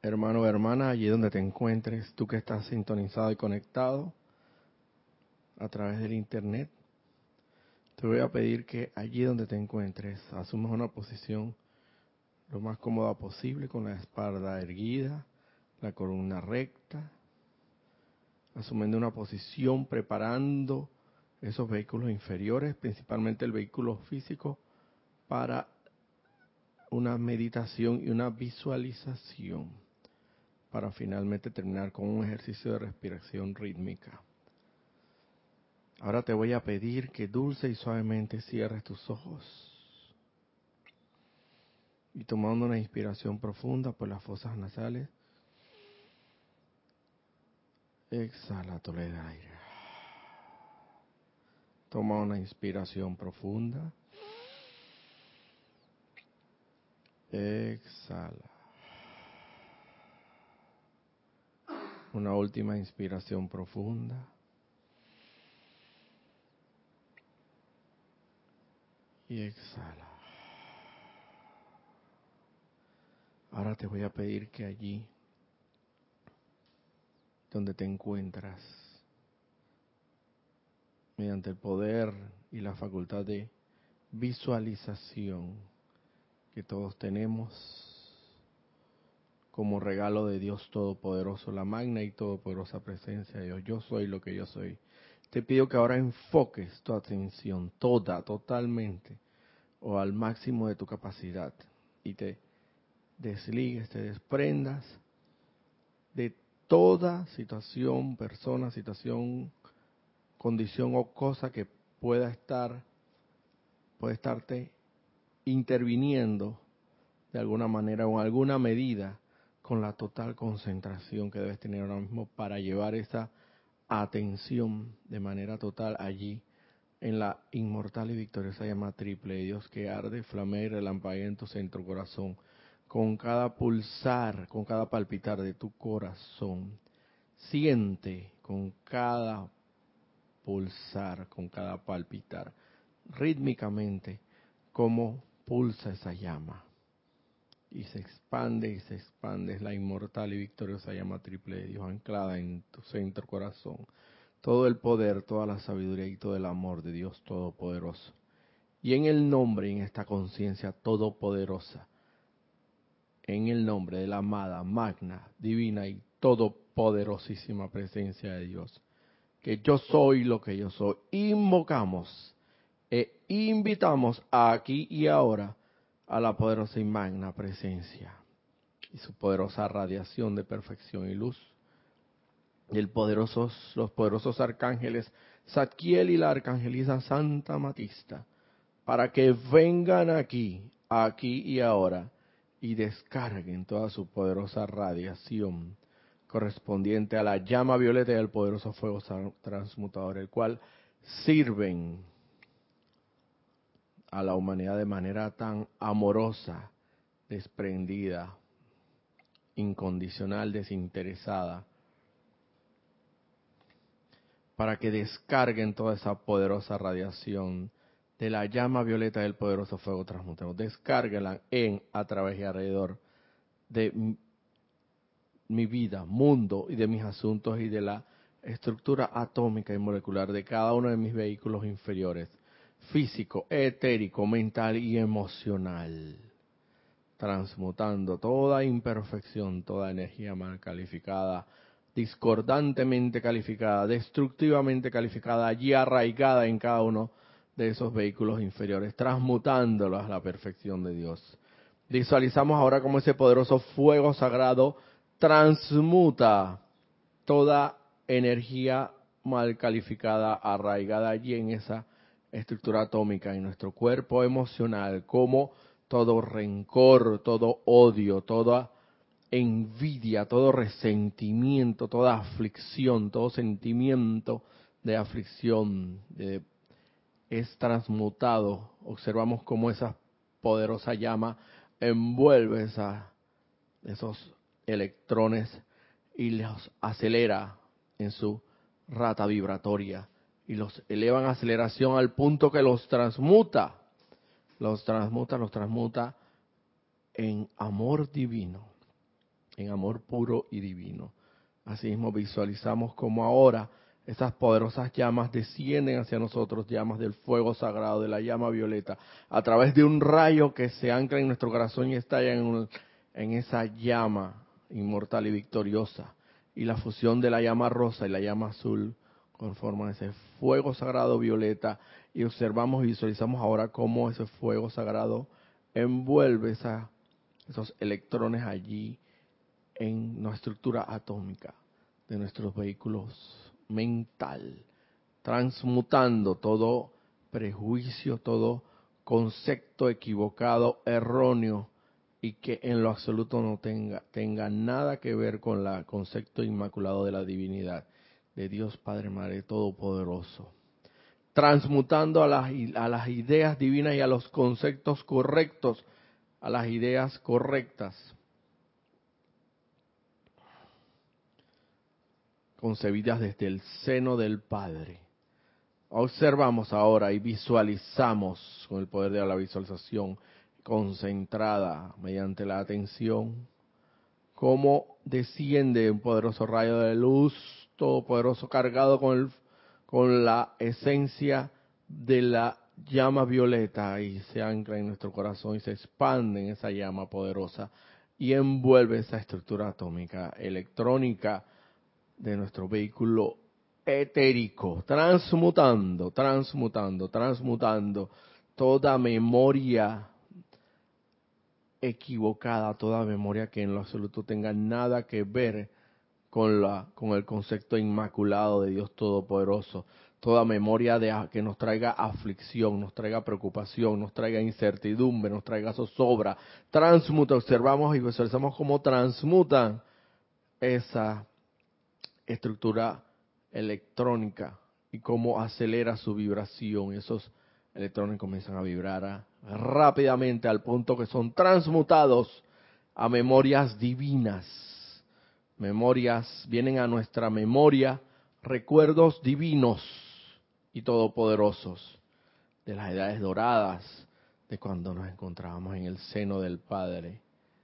hermano o hermana, allí donde te encuentres, tú que estás sintonizado y conectado a través del internet, te voy a pedir que allí donde te encuentres asumas una posición lo más cómoda posible, con la espalda erguida, la columna recta, asumiendo una posición, preparando esos vehículos inferiores, principalmente el vehículo físico, para una meditación y una visualización, para finalmente terminar con un ejercicio de respiración rítmica. Ahora te voy a pedir que dulce y suavemente cierres tus ojos y, tomando una inspiración profunda por las fosas nasales, exhala todo el aire. Toma una inspiración profunda. Exhala. Una última inspiración profunda. Y exhala. Ahora te voy a pedir que allí donde te encuentras, mediante el poder y la facultad de visualización que todos tenemos como regalo de Dios Todopoderoso, la magna y todopoderosa presencia de Dios, yo soy lo que yo soy. Te pido que ahora enfoques tu atención totalmente, o al máximo de tu capacidad, y te desligues, te desprendas de toda situación, persona, situación, condición o cosa que pueda estarte interviniendo de alguna manera o en alguna medida, con la total concentración que debes tener ahora mismo para llevar esa atención de manera total allí en la inmortal y victoriosa llama triple de Dios que arde, flamea y relampaguea en tu centro corazón. Con cada pulsar, con cada palpitar de tu corazón, siente con cada pulsar, con cada palpitar, rítmicamente, cómo pulsa esa llama. Y se expande, es la inmortal y victoriosa llama triple de Dios anclada en tu centro corazón. Todo el poder, toda la sabiduría y todo el amor de Dios Todopoderoso. Y en el nombre, en esta conciencia todopoderosa, en el nombre de la amada, magna, divina y todopoderosísima presencia de Dios, que yo soy lo que yo soy, invocamos e invitamos aquí y ahora a la poderosa y magna presencia y su poderosa radiación de perfección y luz, y los poderosos arcángeles Zadkiel y la arcangelisa Santa Matista, para que vengan aquí y ahora, y descarguen toda su poderosa radiación correspondiente a la llama violeta y al poderoso fuego transmutador, el cual sirven a la humanidad de manera tan amorosa, desprendida, incondicional, desinteresada, para que descarguen toda esa poderosa radiación de la llama violeta del poderoso fuego transmutador. Descárguenla a través y alrededor de mi vida, mundo y de mis asuntos y de la estructura atómica y molecular de cada uno de mis vehículos inferiores, físico, etérico, mental y emocional, transmutando toda imperfección, toda energía mal calificada, discordantemente calificada, destructivamente calificada, allí arraigada en cada uno de esos vehículos inferiores, transmutándolos a la perfección de Dios. Visualizamos ahora cómo ese poderoso fuego sagrado transmuta toda energía mal calificada, arraigada allí en esa estructura atómica, en nuestro cuerpo emocional, como todo rencor, todo odio, toda envidia, todo resentimiento, toda aflicción, todo sentimiento de aflicción es transmutado. Observamos cómo esa poderosa llama envuelve esos electrones y los acelera en su rata vibratoria y los eleva en aceleración al punto que los transmuta en amor divino, en amor puro y divino. Asimismo visualizamos como ahora esas poderosas llamas descienden hacia nosotros, llamas del fuego sagrado, de la llama violeta, a través de un rayo que se ancla en nuestro corazón y estalla en esa llama inmortal y victoriosa. Y la fusión de la llama rosa y la llama azul conforman ese fuego sagrado violeta, y observamos y visualizamos ahora cómo ese fuego sagrado envuelve esos electrones allí en la estructura atómica de nuestros vehículos mental, transmutando todo prejuicio, todo concepto equivocado, erróneo, y que en lo absoluto no tenga nada que ver con el concepto inmaculado de la divinidad, de Dios Padre Madre Todopoderoso. Transmutando a las ideas divinas y a los conceptos correctos, a las ideas correctas, concebidas desde el seno del Padre. Observamos ahora y visualizamos con el poder de la visualización concentrada mediante la atención cómo desciende un poderoso rayo de luz todopoderoso cargado con la esencia de la llama violeta y se ancla en nuestro corazón y se expande en esa llama poderosa y envuelve esa estructura atómica electrónica de nuestro vehículo etérico, transmutando toda memoria equivocada, toda memoria que en lo absoluto tenga nada que ver con el concepto inmaculado de Dios Todopoderoso, toda memoria que nos traiga aflicción, nos traiga preocupación, nos traiga incertidumbre, nos traiga zozobra, transmuta, observamos y visualizamos cómo transmutan esa estructura electrónica y cómo acelera su vibración. Esos electrones comienzan a vibrar rápidamente al punto que son transmutados a memorias divinas. Memorias, vienen a nuestra memoria recuerdos divinos y todopoderosos de las edades doradas, de cuando nos encontrábamos en el seno del Padre.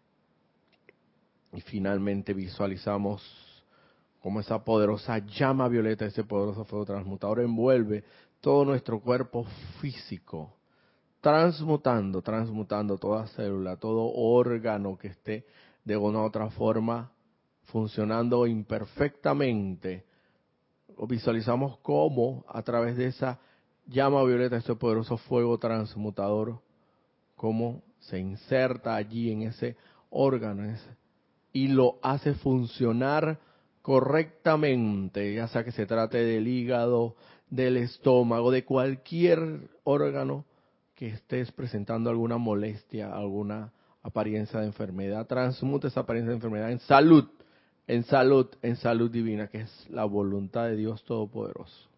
Y finalmente visualizamos como esa poderosa llama violeta, ese poderoso fuego transmutador envuelve todo nuestro cuerpo físico, transmutando toda célula, todo órgano que esté de una u otra forma funcionando imperfectamente. O visualizamos cómo a través de esa llama violeta, ese poderoso fuego transmutador, cómo se inserta allí en ese órgano y lo hace funcionar correctamente, ya sea que se trate del hígado, del estómago, de cualquier órgano que estés presentando alguna molestia, alguna apariencia de enfermedad, transmute esa apariencia de enfermedad en salud, en salud divina, que es la voluntad de Dios Todopoderoso.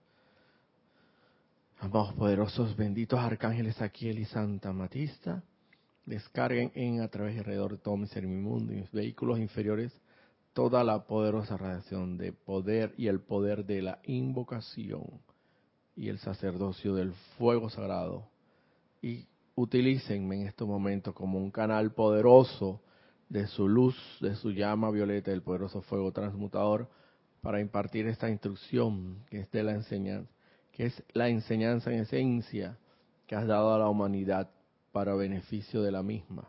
Amados poderosos, benditos arcángeles Saquiel y Santa Matista, descarguen a través y alrededor de todo mi ser y mi mundo y mis vehículos inferiores toda la poderosa radiación de poder y el poder de la invocación y el sacerdocio del fuego sagrado. Y utilícenme en estos momentos como un canal poderoso de su luz, de su llama violeta, del poderoso fuego transmutador, para impartir esta instrucción que es de la enseñanza, que es la enseñanza en esencia que has dado a la humanidad para beneficio de la misma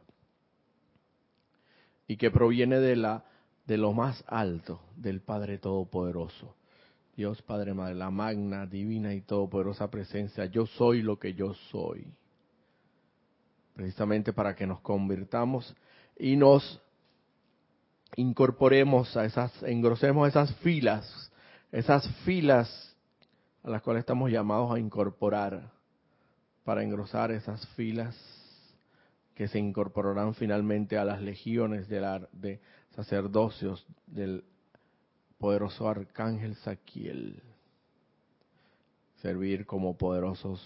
y que proviene de lo más alto, del Padre Todopoderoso. Dios Padre Madre, la magna, divina y todopoderosa presencia, yo soy lo que yo soy. Precisamente para que nos convirtamos y nos incorporemos engrosemos esas filas a las cuales estamos llamados a incorporar, para engrosar esas filas que se incorporarán finalmente a las legiones de sacerdocios del poderoso arcángel Saquiel. Servir como poderosas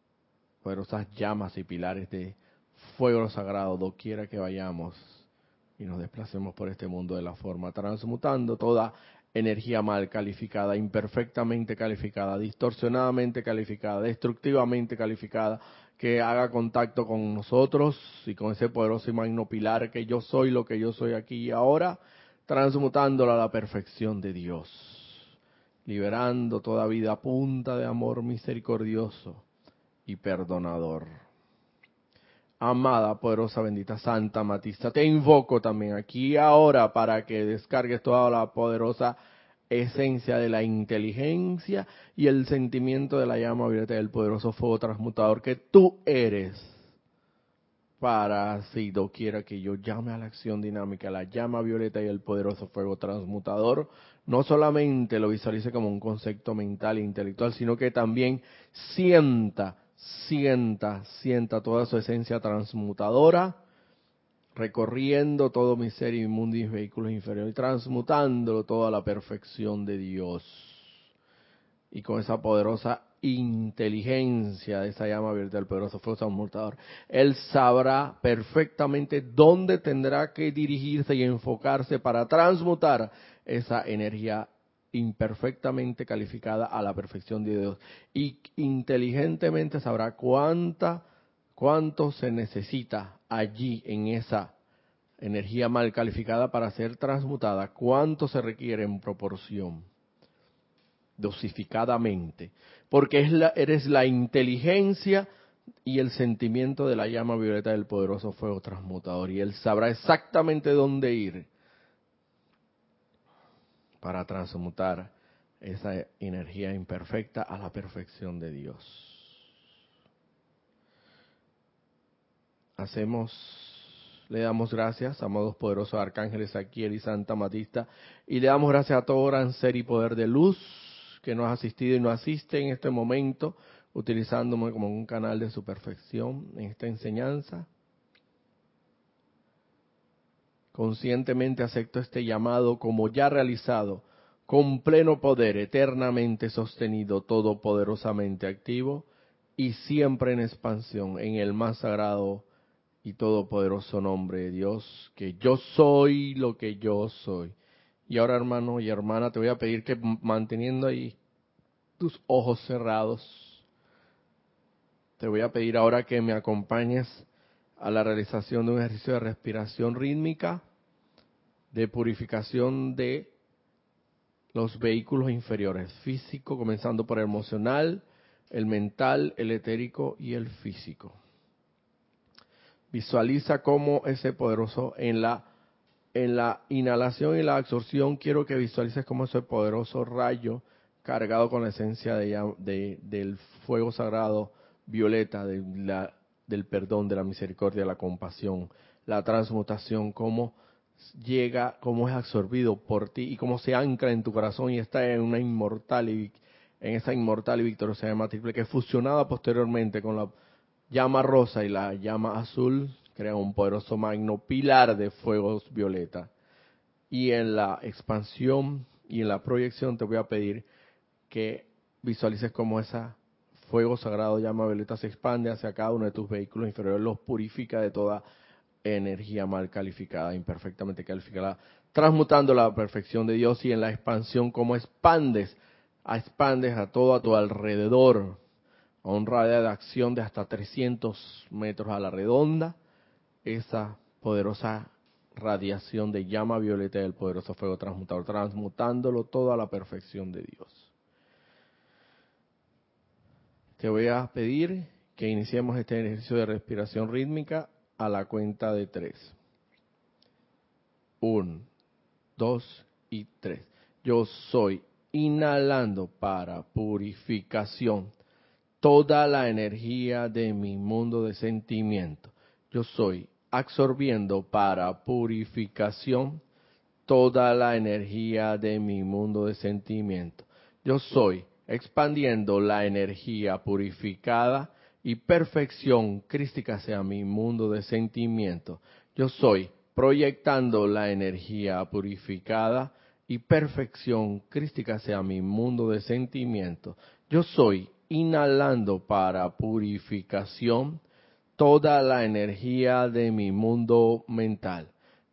llamas y pilares de fuego sagrado doquiera que vayamos y nos desplacemos por este mundo de la forma, transmutando toda energía mal calificada, imperfectamente calificada, distorsionadamente calificada, destructivamente calificada, que haga contacto con nosotros y con ese poderoso y magno pilar que yo soy, lo que yo soy aquí y ahora, transmutándola a la perfección de Dios, liberando toda vida a punta de amor misericordioso y perdonador. Amada, poderosa, bendita, santa Matista, te invoco también aquí y ahora para que descargues toda la poderosa esencia de la inteligencia y el sentimiento de la llama violeta del poderoso fuego transmutador que tú eres, para si doquiera que yo llame a la acción dinámica, la llama violeta y el poderoso fuego transmutador, no solamente lo visualice como un concepto mental e intelectual, sino que también sienta toda su esencia transmutadora, recorriendo todo mi ser y mundo y vehículos inferiores, y transmutándolo todo a la perfección de Dios. Y con esa poderosa inteligencia de esa llama abierta del poderoso fuego transmutador, él sabrá perfectamente dónde tendrá que dirigirse y enfocarse para transmutar esa energía imperfectamente calificada a la perfección de Dios. Y inteligentemente sabrá cuánto se necesita allí en esa energía mal calificada para ser transmutada, cuánto se requiere en proporción, dosificadamente, porque eres la inteligencia y el sentimiento de la llama violeta del poderoso fuego transmutador, y él sabrá exactamente dónde ir para transmutar esa energía imperfecta a la perfección de Dios. Le damos gracias, amados poderosos arcángeles Saquiel y Santa Matista, y le damos gracias a todo gran ser y poder de luz que nos ha asistido y nos asiste en este momento, utilizándome como un canal de su perfección en esta enseñanza. Conscientemente acepto este llamado como ya realizado, con pleno poder, eternamente sostenido, todopoderosamente activo y siempre en expansión, en el más sagrado y todopoderoso nombre de Dios, que yo soy lo que yo soy. Y ahora, hermano y hermana, te voy a pedir que manteniendo ahí tus ojos cerrados, te voy a pedir ahora que me acompañes a la realización de un ejercicio de respiración rítmica, de purificación de los vehículos inferiores, físico, comenzando por el emocional, el mental, el etérico y el físico. Visualiza cómo ese poderoso en la inhalación y la absorción, quiero que visualices cómo ese poderoso rayo cargado con la esencia del fuego sagrado violeta, del perdón, de la misericordia, la compasión, la transmutación, cómo llega, cómo es absorbido por ti y cómo se ancla en tu corazón y está en esa inmortal y victoriosa llama triple que fusionada posteriormente con la llama rosa y la llama azul crea un poderoso magno pilar de fuegos violeta. Y en la expansión y en la proyección te voy a pedir que visualices cómo ese fuego sagrado llama violeta se expande hacia cada uno de tus vehículos inferiores, los purifica de toda energía mal calificada, imperfectamente calificada, transmutándola a la perfección de Dios. Y en la expansión, cómo expandes a todo a tu alrededor, a un radio de acción de hasta 300 metros a la redonda, esa poderosa radiación de llama violeta del poderoso fuego transmutador, transmutándolo todo a la perfección de Dios. Te voy a pedir que iniciemos este ejercicio de respiración rítmica a la cuenta de 3. 1, 2 y 3. Yo soy inhalando para purificación toda la energía de mi mundo de sentimiento. Yo soy absorbiendo para purificación toda la energía de mi mundo de sentimiento. Yo soy expandiendo la energía purificada y perfección crística hacia mi mundo de sentimiento. Yo soy proyectando la energía purificada y perfección crística hacia mi mundo de sentimiento. Yo soy inhalando para purificación toda la energía de mi mundo mental.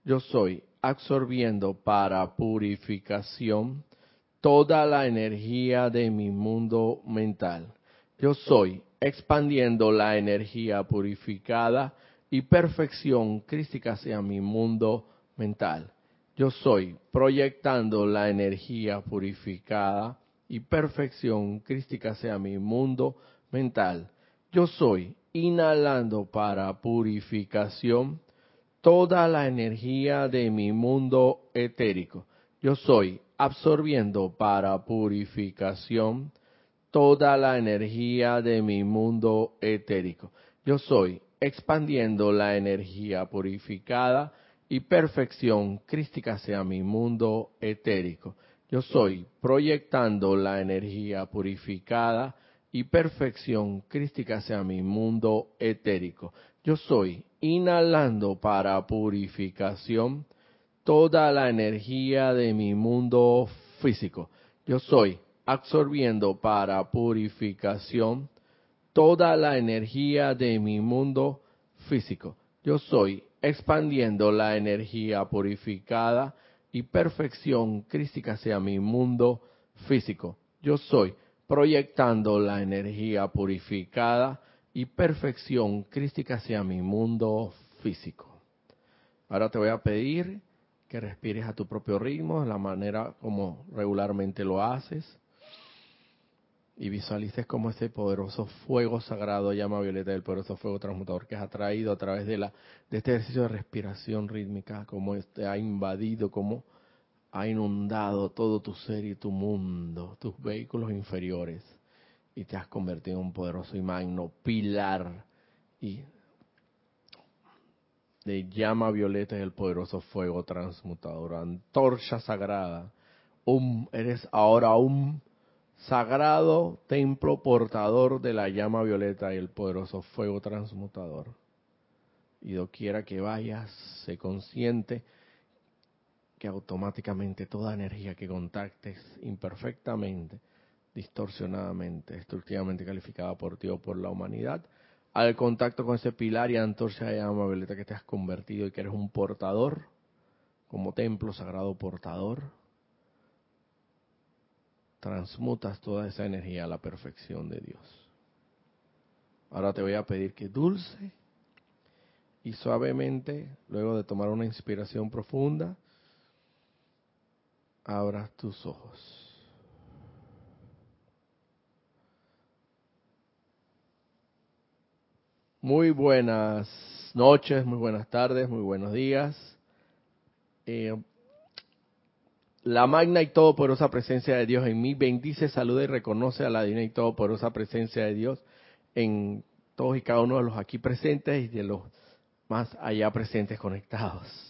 Yo soy absorbiendo para purificación toda la energía de mi mundo mental. Yo soy expandiendo la energía purificada y perfección crística hacia mi mundo mental. Yo soy proyectando la energía purificada y perfección crística hacia mi mundo mental. Yo soy inhalando para purificación toda la energía de mi mundo etérico. Yo soy absorbiendo para purificación toda la energía de mi mundo etérico. Yo soy expandiendo la energía purificada y perfección crística hacia mi mundo etérico. Yo soy proyectando la energía purificada y perfección crística hacia mi mundo etérico. Yo soy inhalando para purificación toda la energía de mi mundo físico. Yo soy absorbiendo para purificación toda la energía de mi mundo físico. Yo soy expandiendo la energía purificada y perfección crística hacia mi mundo físico. Yo soy proyectando la energía purificada y perfección crística hacia mi mundo físico. Ahora te voy a pedir que respires a tu propio ritmo, de la manera como regularmente lo haces, y visualices como ese poderoso fuego sagrado, llama violeta del poderoso fuego transmutador que has atraído a través de este ejercicio de respiración rítmica, como ha invadido, como ha inundado todo tu ser y tu mundo, tus vehículos inferiores, y te has convertido en un poderoso y magno pilar y de llama violeta del poderoso fuego transmutador, antorcha sagrada. Eres ahora un sagrado templo portador de la llama violeta y el poderoso fuego transmutador. Y doquiera que vayas, sé consciente que automáticamente toda energía que contactes imperfectamente, distorsionadamente, destructivamente calificada por ti o por la humanidad, al contacto con ese pilar y antorcha de llama violeta que te has convertido y que eres un portador, como templo sagrado portador, transmutas toda esa energía a la perfección de Dios. Ahora te voy a pedir que dulce y suavemente, luego de tomar una inspiración profunda, abras tus ojos. Muy buenas noches, muy buenas tardes, muy buenos días. La magna y todopoderosa presencia de Dios en mí bendice, saluda y reconoce a la divina y todopoderosa presencia de Dios en todos y cada uno de los aquí presentes y de los más allá presentes conectados.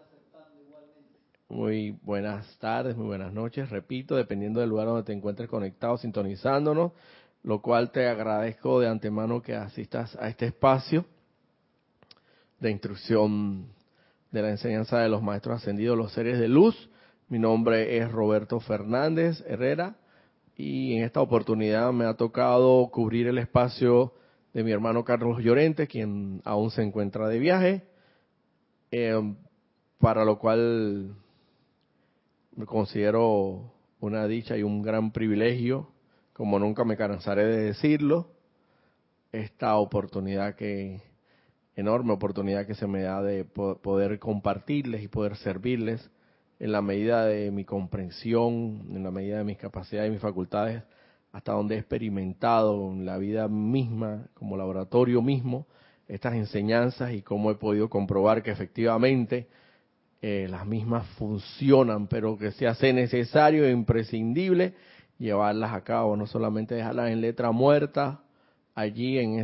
Muy buenas tardes, muy buenas noches, repito, dependiendo del lugar donde te encuentres conectado, sintonizándonos, lo cual te agradezco de antemano que asistas a este espacio de instrucción de la enseñanza de los maestros ascendidos, los seres de luz. Mi nombre es Roberto Fernández Herrera y en esta oportunidad me ha tocado cubrir el espacio de mi hermano Carlos Llorente, quien aún se encuentra de viaje, para lo cual me considero una dicha y un gran privilegio, como nunca me cansaré de decirlo, esta oportunidad enorme oportunidad que se me da de poder compartirles y poder servirles en la medida de mi comprensión, en la medida de mis capacidades y mis facultades, hasta donde he experimentado en la vida misma, como laboratorio mismo, estas enseñanzas y cómo he podido comprobar que efectivamente las mismas funcionan, pero que se hace necesario e imprescindible llevarlas a cabo, no solamente dejarlas en letra muerta allí en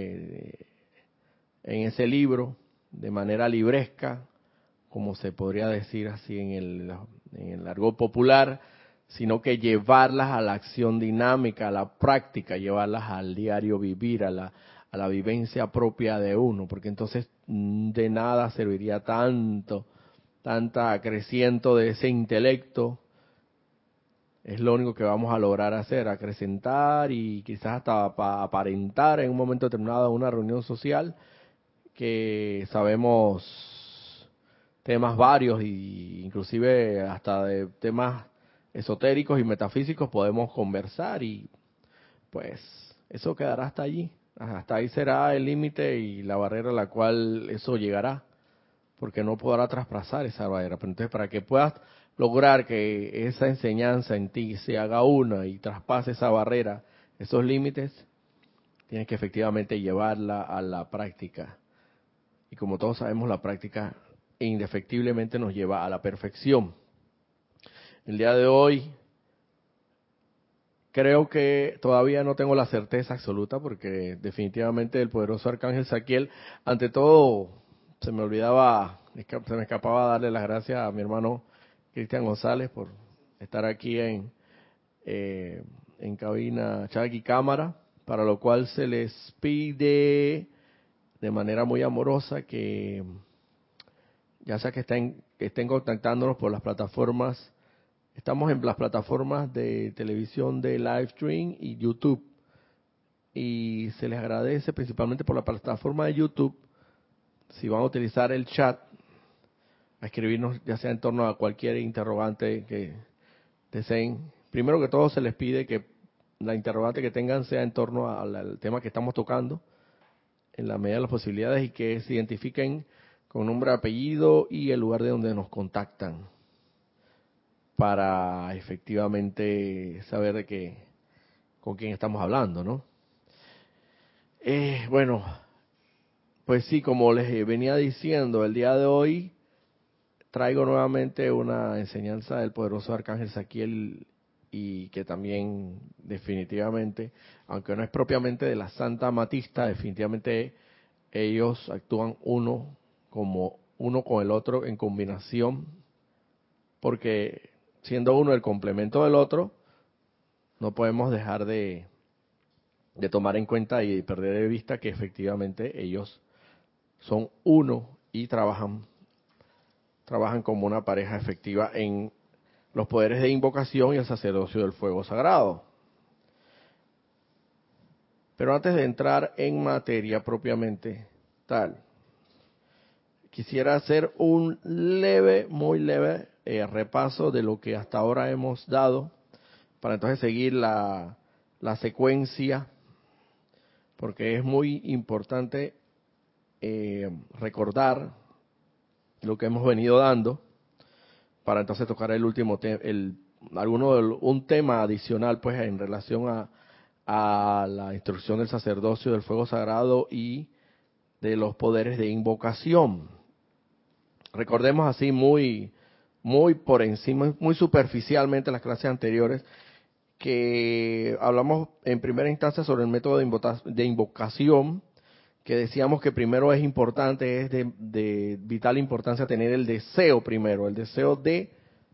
ese libro de manera libresca, como se podría decir así en el argot popular, sino que llevarlas a la acción dinámica, a la práctica, llevarlas al diario vivir, a la vivencia propia de uno, porque entonces de nada serviría tanta acreciento de ese intelecto. Es lo único que vamos a lograr hacer, acrecentar y quizás hasta aparentar en un momento determinado en una reunión social que sabemos temas varios y inclusive hasta de temas esotéricos y metafísicos podemos conversar y pues eso quedará hasta allí. Hasta ahí será el límite y la barrera a la cual eso llegará, porque no podrá traspasar esa barrera. Pero entonces, para que puedas lograr que esa enseñanza en ti se haga una y traspase esa barrera, esos límites, tienes que efectivamente llevarla a la práctica. Y como todos sabemos, la práctica indefectiblemente nos lleva a la perfección. El día de hoy creo que todavía no tengo la certeza absoluta, porque definitivamente el poderoso Arcángel Saquiel, ante todo, se me escapaba darle las gracias a mi hermano Cristian González por estar aquí en cabina, chat y cámara, para lo cual se les pide de manera muy amorosa que ya sea que estén contactándonos por las plataformas. Estamos en las plataformas de televisión de Livestream y YouTube. Y se les agradece principalmente por la plataforma de YouTube, si van a utilizar el chat, a escribirnos ya sea en torno a cualquier interrogante que deseen. Primero que todo se les pide que la interrogante que tengan sea en torno al tema que estamos tocando, en la medida de las posibilidades, y que se identifiquen con nombre, apellido y el lugar de donde nos contactan, para efectivamente saber con quién estamos hablando, ¿no? Bueno, pues sí, como les venía diciendo, el día de hoy traigo nuevamente una enseñanza del poderoso Arcángel Saquiel, y que también definitivamente, aunque no es propiamente de la Santa Amatista, definitivamente ellos actúan uno con el otro en combinación, porque siendo uno el complemento del otro, no podemos dejar de tomar en cuenta y perder de vista que efectivamente ellos son uno y trabajan como una pareja efectiva en los poderes de invocación y el sacerdocio del fuego sagrado. Pero antes de entrar en materia propiamente tal, quisiera hacer un muy leve repaso de lo que hasta ahora hemos dado, para entonces seguir la secuencia, porque es muy importante recordar lo que hemos venido dando, para entonces tocar el último un tema adicional, pues, en relación a la instrucción del sacerdocio del fuego sagrado y de los poderes de invocación. Recordemos así muy por encima, muy superficialmente, las clases anteriores, que hablamos en primera instancia sobre el método de invocación, que decíamos que primero es importante, es de vital importancia tener el deseo primero, el deseo de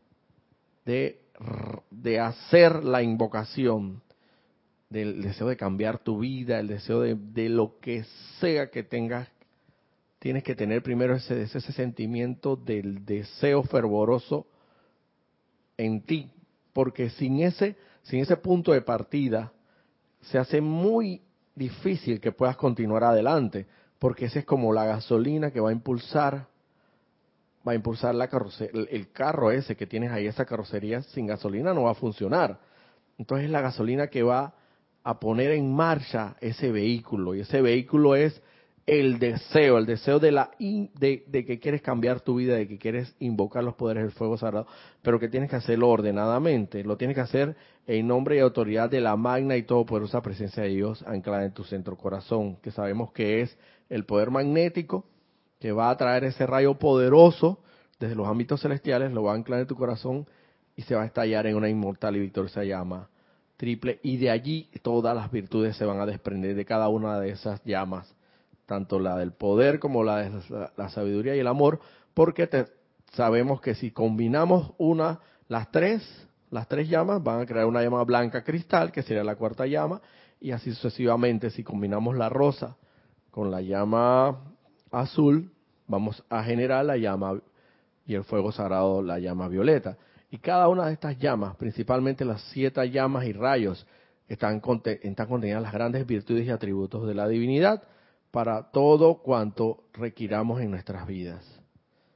hacer la invocación, del deseo de cambiar tu vida, el deseo de lo que sea que tengas. Tienes que tener primero ese sentimiento del deseo fervoroso en ti, porque sin ese punto de partida se hace muy difícil que puedas continuar adelante, porque ese es como la gasolina que va a impulsar la carrocería, el carro ese que tienes ahí, esa carrocería sin gasolina no va a funcionar. Entonces es la gasolina que va a poner en marcha ese vehículo, y ese vehículo es el deseo de que quieres cambiar tu vida, de que quieres invocar los poderes del fuego sagrado, pero que tienes que hacerlo ordenadamente, lo tienes que hacer en nombre y autoridad de la magna y todopoderosa presencia de Dios anclada en tu centro corazón, que sabemos que es el poder magnético que va a traer ese rayo poderoso desde los ámbitos celestiales, lo va a anclar en tu corazón y se va a estallar en una inmortal y victoriosa llama triple, y de allí todas las virtudes se van a desprender de cada una de esas llamas, tanto la del poder como la de la sabiduría y el amor, porque sabemos que si combinamos las tres llamas van a crear una llama blanca cristal, que sería la cuarta llama, y así sucesivamente. Si combinamos la rosa con la llama azul, vamos a generar la llama y el fuego sagrado, la llama violeta. Y cada una de estas llamas, principalmente las 7 llamas y rayos, están contenidas las grandes virtudes y atributos de la divinidad para todo cuanto requiramos en nuestras vidas.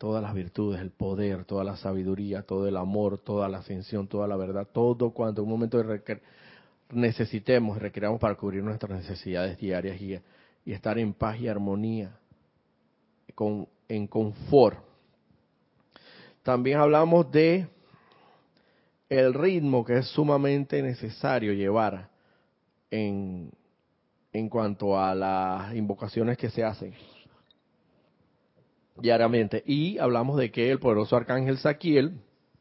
todas las virtudes, el poder, toda la sabiduría, todo el amor, toda la ascensión, toda la verdad, todo cuanto en un momento necesitemos, requeramos para cubrir nuestras necesidades diarias y estar en paz y armonía, en confort. También hablamos de el ritmo que es sumamente necesario llevar en cuanto a las invocaciones que se hacen diariamente. Y hablamos de que el poderoso arcángel Zaquiel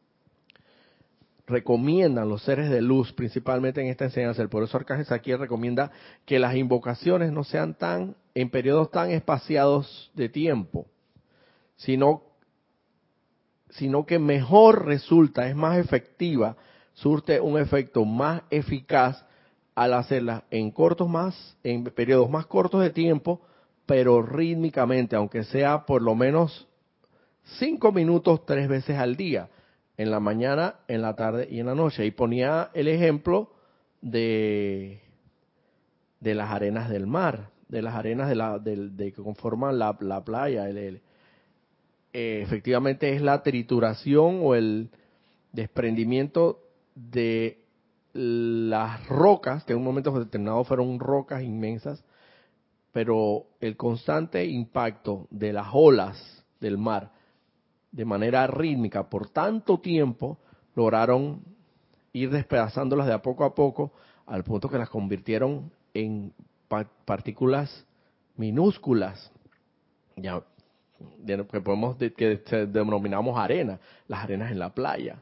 recomiendan los seres de luz, principalmente en esta enseñanza, el poderoso arcángel Zaquiel recomienda que las invocaciones no sean en periodos tan espaciados de tiempo, sino que mejor resulta, es más efectiva, surte un efecto más eficaz al hacerlas en periodos más cortos de tiempo, pero rítmicamente, aunque sea por lo menos 5 minutos 3 veces al día, en la mañana, en la tarde y en la noche. Y ponía el ejemplo de las arenas del mar, de las arenas que conforman la playa. Efectivamente es la trituración o el desprendimiento de las rocas, que en un momento determinado fueron rocas inmensas, pero el constante impacto de las olas del mar de manera rítmica por tanto tiempo lograron ir despedazándolas de a poco al punto que las convirtieron en partículas minúsculas, ya que denominamos arena, las arenas en la playa.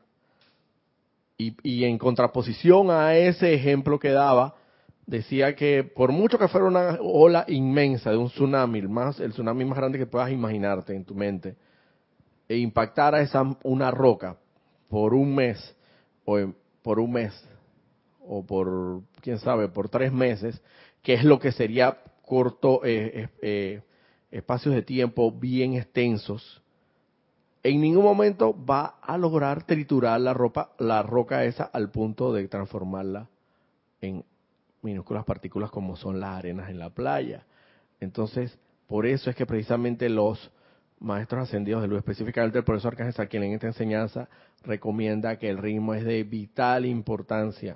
Y en contraposición a ese ejemplo que daba, decía que por mucho que fuera una ola inmensa de un tsunami, el tsunami más grande que puedas imaginarte en tu mente, e impactara una roca por un mes, por un mes, o por, quién sabe, por 3 meses, que es lo que sería espacios de tiempo bien extensos, en ningún momento va a lograr triturar la roca esa al punto de transformarla en minúsculas partículas como son las arenas en la playa. Entonces, por eso es que precisamente los maestros ascendidos de luz, específicamente el profesor Arcángel Zaquiel en esta enseñanza, recomienda que el ritmo es de vital importancia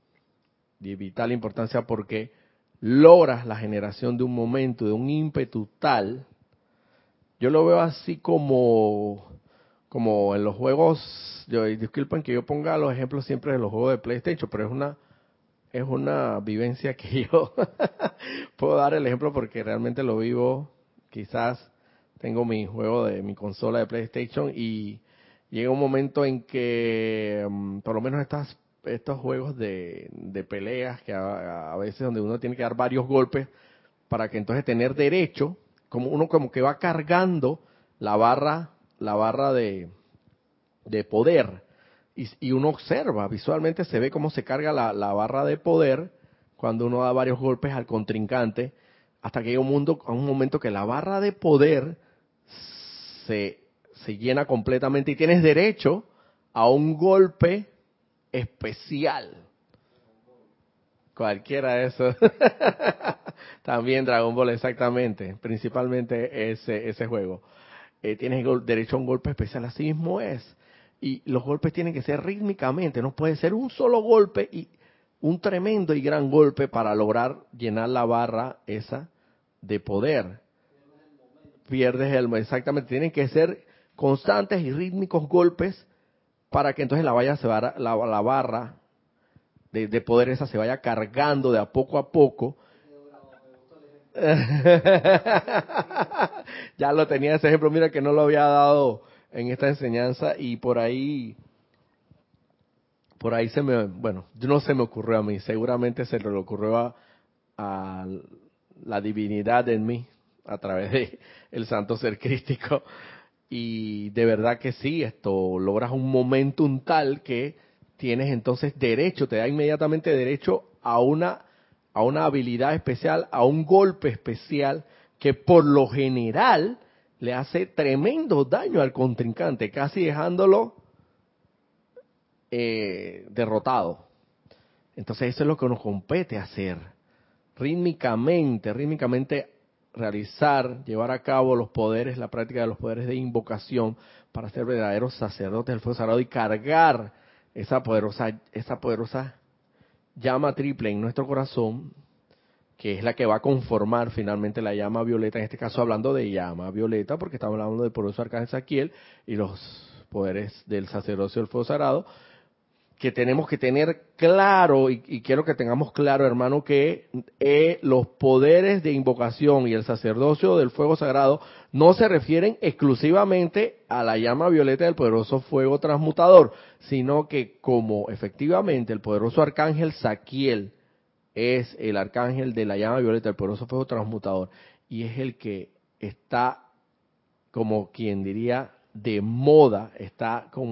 porque logras la generación de un momento, de un ímpetu tal. Yo lo veo así como en los juegos, disculpen que yo ponga los ejemplos siempre de los juegos de PlayStation, pero es una vivencia que yo puedo dar el ejemplo porque realmente lo vivo. Quizás tengo mi juego de mi consola de PlayStation y llega un momento en que por lo menos estos juegos de peleas que a veces donde uno tiene que dar varios golpes para que entonces tener derecho, como uno como que va cargando la barra de poder, y uno observa, visualmente se ve cómo se carga la barra de poder cuando uno da varios golpes al contrincante, hasta que llega a un momento que la barra de poder se llena completamente y tienes derecho a un golpe especial. Cualquiera de esos. También Dragon Ball, exactamente. Principalmente ese juego. Tienes derecho a un golpe especial, así mismo es. Y los golpes tienen que ser rítmicamente, no puede ser un solo golpe y un tremendo y gran golpe para lograr llenar la barra esa de poder. Exactamente, tienen que ser constantes y rítmicos golpes para que entonces la barra de poder esa se vaya cargando de a poco. Ya lo tenía ese ejemplo, mira que no lo había dado en esta enseñanza y por ahí no se me ocurrió a mí, seguramente se le ocurrió a la divinidad en mí a través de el santo ser crístico. Y de verdad que sí, esto logras un momentum tal que tienes entonces derecho, te da inmediatamente derecho a una habilidad especial, a un golpe especial que por lo general le hace tremendo daño al contrincante, casi dejándolo derrotado. Entonces eso es lo que nos compete hacer, rítmicamente realizar, llevar a cabo los poderes, la práctica de los poderes de invocación para ser verdaderos sacerdotes del fuego sagrado y cargar esa poderosa llama triple en nuestro corazón, que es la que va a conformar finalmente la llama violeta, en este caso hablando de llama violeta, porque estamos hablando del poderoso arcángel Saquiel y los poderes del sacerdocio del fuego sagrado, que tenemos que tener claro, y quiero que tengamos claro, hermano, que los poderes de invocación y el sacerdocio del fuego sagrado no se refieren exclusivamente a la llama violeta del poderoso fuego transmutador, sino que como efectivamente el poderoso arcángel Saquiel es el arcángel de la llama violeta del poderoso fuego transmutador, y es el que está, como quien diría, de moda, está con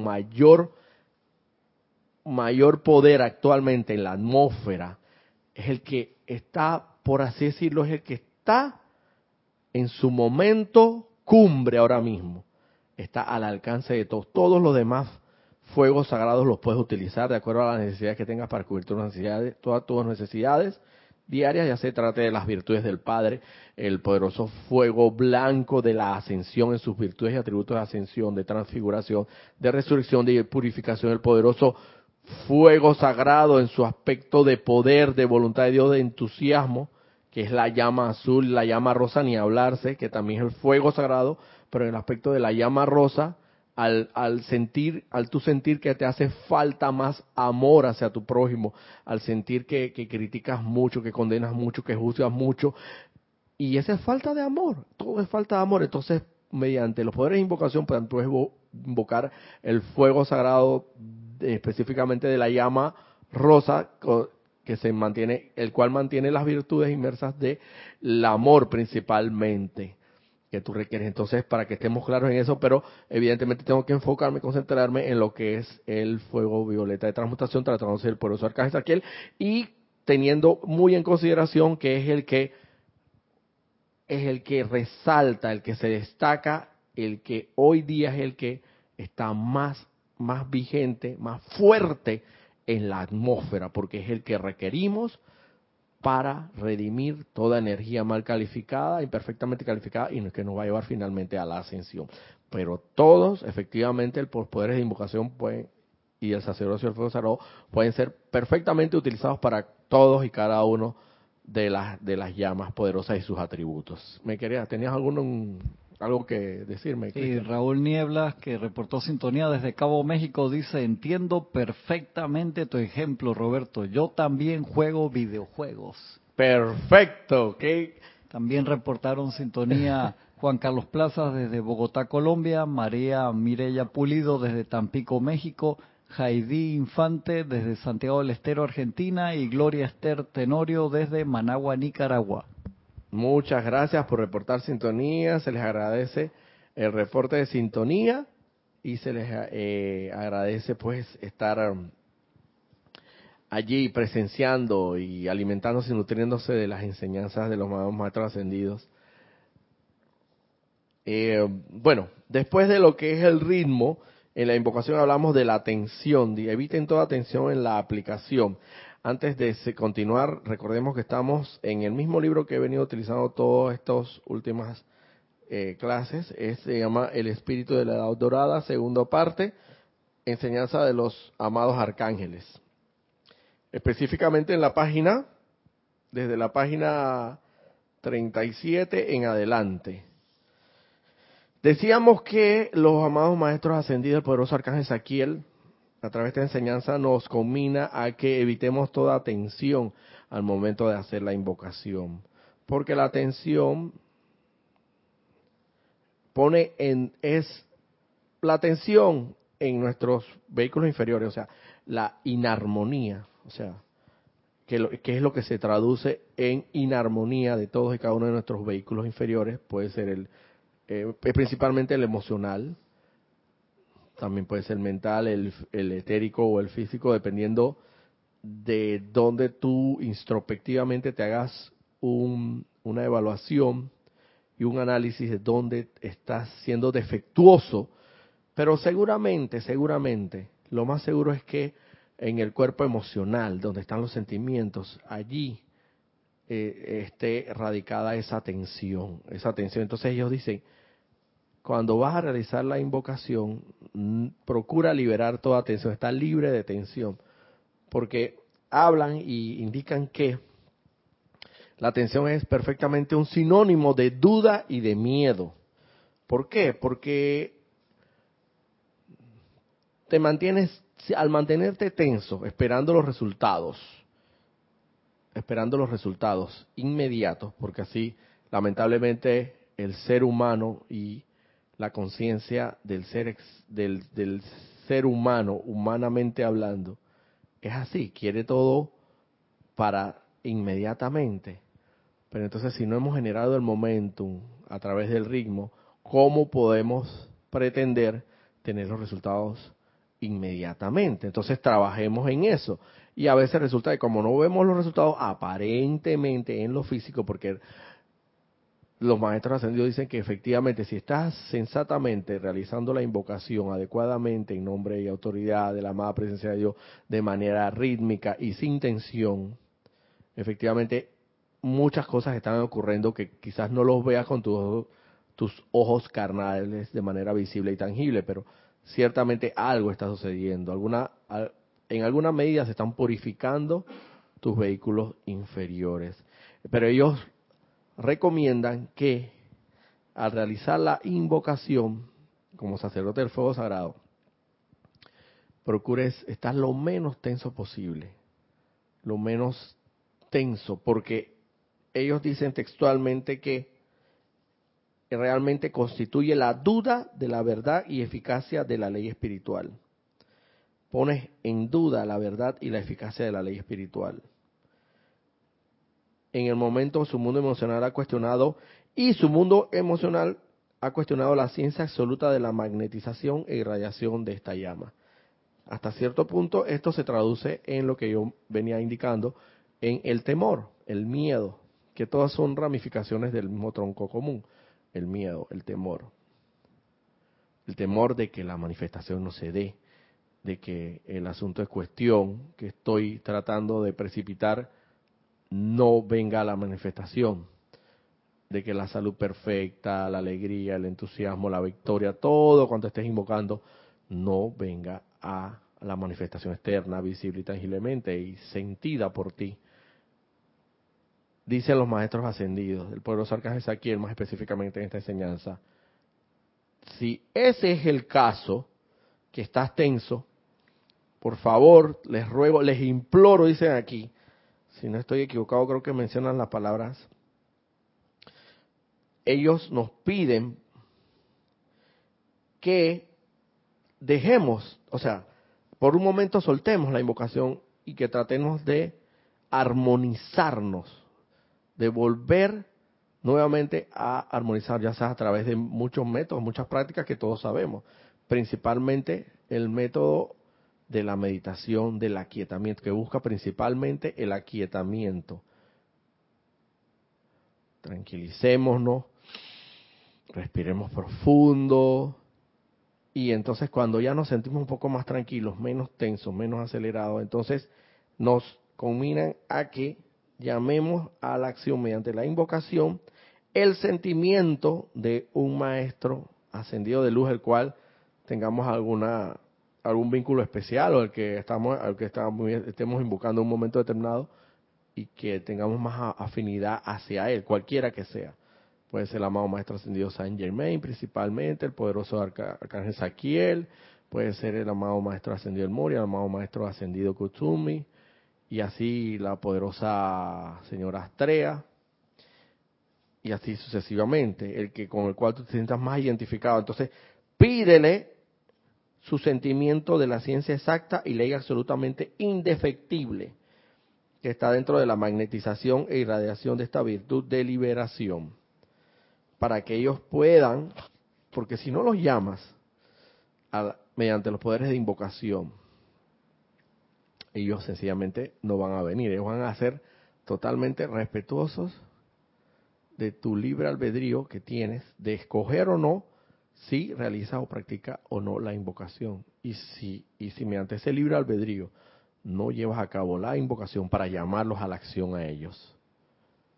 mayor poder actualmente en la atmósfera, es el que está, por así decirlo, es el que está en su momento cumbre ahora mismo. Está al alcance de todos. Todos los demás fuegos sagrados los puedes utilizar de acuerdo a las necesidades que tengas para cubrir tus necesidades, todas tus necesidades diarias, ya se trate de las virtudes del Padre, el poderoso fuego blanco de la ascensión en sus virtudes y atributos de ascensión, de transfiguración, de resurrección, de purificación, el poderoso fuego sagrado en su aspecto de poder, de voluntad de Dios, de entusiasmo, que es la llama azul, la llama rosa, ni hablarse, que también es el fuego sagrado, pero en el aspecto de la llama rosa, al tú sentir que te hace falta más amor hacia tu prójimo, al sentir que criticas mucho, que condenas mucho, que juzgas mucho, y esa es falta de amor, todo es falta de amor. Entonces, mediante los poderes de invocación, puedan tú invocar el fuego sagrado, específicamente de la llama rosa, que se mantiene, el cual mantiene las virtudes inmersas de el amor principalmente que tú requieres. Entonces, para que estemos claros en eso, pero evidentemente tengo que enfocarme, concentrarme en lo que es el fuego violeta de transmutación, tratándose del poderoso arcángel Saquiel, y teniendo muy en consideración que es el que resalta, el que se destaca, el que hoy día es el que está más vigente, más fuerte en la atmósfera, porque es el que requerimos para redimir toda energía mal calificada, imperfectamente calificada, y que nos va a llevar finalmente a la ascensión. Pero todos, efectivamente, los poderes de invocación y el sacerdocio del fuego sagrado pueden ser perfectamente utilizados para todos y cada uno de las llamas poderosas y sus atributos. ¿Tenías algo que decirme, Y Cristian? Raúl Nieblas, que reportó sintonía desde Cabo México, dice: entiendo perfectamente tu ejemplo, Roberto. Yo también juego videojuegos. Perfecto, ¿ok? También reportaron sintonía Juan Carlos Plazas desde Bogotá, Colombia, María Mireya Pulido desde Tampico, México, Jaidí Infante desde Santiago del Estero, Argentina, y Gloria Esther Tenorio desde Managua, Nicaragua. Muchas gracias por reportar sintonía, se les agradece el reporte de sintonía y se les agradece pues estar allí presenciando y alimentándose y nutriéndose de las enseñanzas de los maestros ascendidos. Bueno, después de lo que es el ritmo, en la invocación hablamos de la atención, eviten toda atención en la aplicación. Antes de continuar, recordemos que estamos en el mismo libro que he venido utilizando todas estas últimas clases, se llama El Espíritu de la Edad Dorada, segunda parte, enseñanza de los amados arcángeles. Específicamente en la página, desde la página 37 en adelante. Decíamos que los amados maestros ascendidos, el poderoso arcángel Saquiel, a través de esta enseñanza nos combina a que evitemos toda atención al momento de hacer la invocación, porque la atención la atención en nuestros vehículos inferiores, o sea, la inarmonía, o sea, que es lo que se traduce en inarmonía de todos y cada uno de nuestros vehículos inferiores, puede ser principalmente el emocional, también puede ser el mental, el etérico o el físico, dependiendo de dónde tú introspectivamente te hagas una evaluación y un análisis de dónde estás siendo defectuoso, pero seguramente, lo más seguro es que en el cuerpo emocional, donde están los sentimientos, allí esté radicada esa tensión, esa tensión. Entonces ellos dicen, cuando vas a realizar la invocación, procura liberar toda tensión, está libre de tensión, porque hablan y indican que la tensión es perfectamente un sinónimo de duda y de miedo. ¿Por qué? Porque te mantienes, al mantenerte tenso, esperando los resultados inmediatos, porque así, lamentablemente, el ser humano y la conciencia del del ser humano, humanamente hablando, es así, quiere todo para inmediatamente. Pero entonces, si no hemos generado el momentum a través del ritmo, ¿cómo podemos pretender tener los resultados inmediatamente? Entonces, trabajemos en eso. Y a veces resulta que como no vemos los resultados aparentemente en lo físico, porque los maestros ascendidos dicen que efectivamente si estás sensatamente realizando la invocación adecuadamente en nombre y autoridad de la amada presencia de Dios, de manera rítmica y sin tensión, efectivamente muchas cosas están ocurriendo que quizás no los veas con tus ojos carnales de manera visible y tangible, pero ciertamente algo está sucediendo. En alguna medida se están purificando tus vehículos inferiores. Pero ellos recomiendan que al realizar la invocación como sacerdote del fuego sagrado, procures estar lo menos tenso posible, lo menos tenso, porque ellos dicen textualmente que realmente constituye la duda de la verdad y eficacia de la ley espiritual. Pones en duda la verdad y la eficacia de la ley espiritual. En el momento su mundo emocional ha cuestionado, y su mundo emocional ha cuestionado la ciencia absoluta de la magnetización e irradiación de esta llama. Hasta cierto punto esto se traduce en lo que yo venía indicando, en el temor, el miedo, que todas son ramificaciones del mismo tronco común. El miedo, el temor. El temor de que la manifestación no se dé, de que el asunto en cuestión que estoy tratando de precipitar no venga a la manifestación, de que la salud perfecta, la alegría, el entusiasmo, la victoria, todo cuanto estés invocando, no venga a la manifestación externa, visible y tangiblemente y sentida por ti. Dicen los maestros ascendidos, el poderoso arcángel Saquiel más específicamente en esta enseñanza, si ese es el caso, que estás tenso, por favor, les ruego, les imploro, dicen aquí, si no estoy equivocado, creo que mencionan las palabras, ellos nos piden que dejemos, o sea, por un momento soltemos la invocación y que tratemos de armonizarnos, de volver nuevamente a armonizar, ya sea a través de muchos métodos, muchas prácticas que todos sabemos, principalmente el método de la meditación, del aquietamiento, que busca principalmente el aquietamiento. Tranquilicémonos, respiremos profundo, y entonces cuando ya nos sentimos un poco más tranquilos, menos tensos, menos acelerados, entonces nos combinan a que llamemos a la acción mediante la invocación el sentimiento de un maestro ascendido de luz, el cual tengamos algún vínculo especial, o estemos invocando en un momento determinado, y que tengamos más afinidad hacia él, cualquiera que sea. Puede ser el amado Maestro Ascendido Saint Germain, principalmente, el poderoso Arcángel Saquiel, puede ser el amado Maestro Ascendido El Moria, el amado Maestro Ascendido Kutsumi, y así la poderosa Señora Astrea, y así sucesivamente, el que con el cual tú te sientas más identificado. Entonces, pídele su sentimiento de la ciencia exacta y ley absolutamente indefectible, que está dentro de la magnetización e irradiación de esta virtud de liberación, para que ellos puedan, porque si no los llamas mediante los poderes de invocación, ellos sencillamente no van a venir, ellos van a ser totalmente respetuosos de tu libre albedrío que tienes de escoger o no si realizas o practicas o no la invocación. Y si mediante ese libre albedrío no llevas a cabo la invocación para llamarlos a la acción a ellos,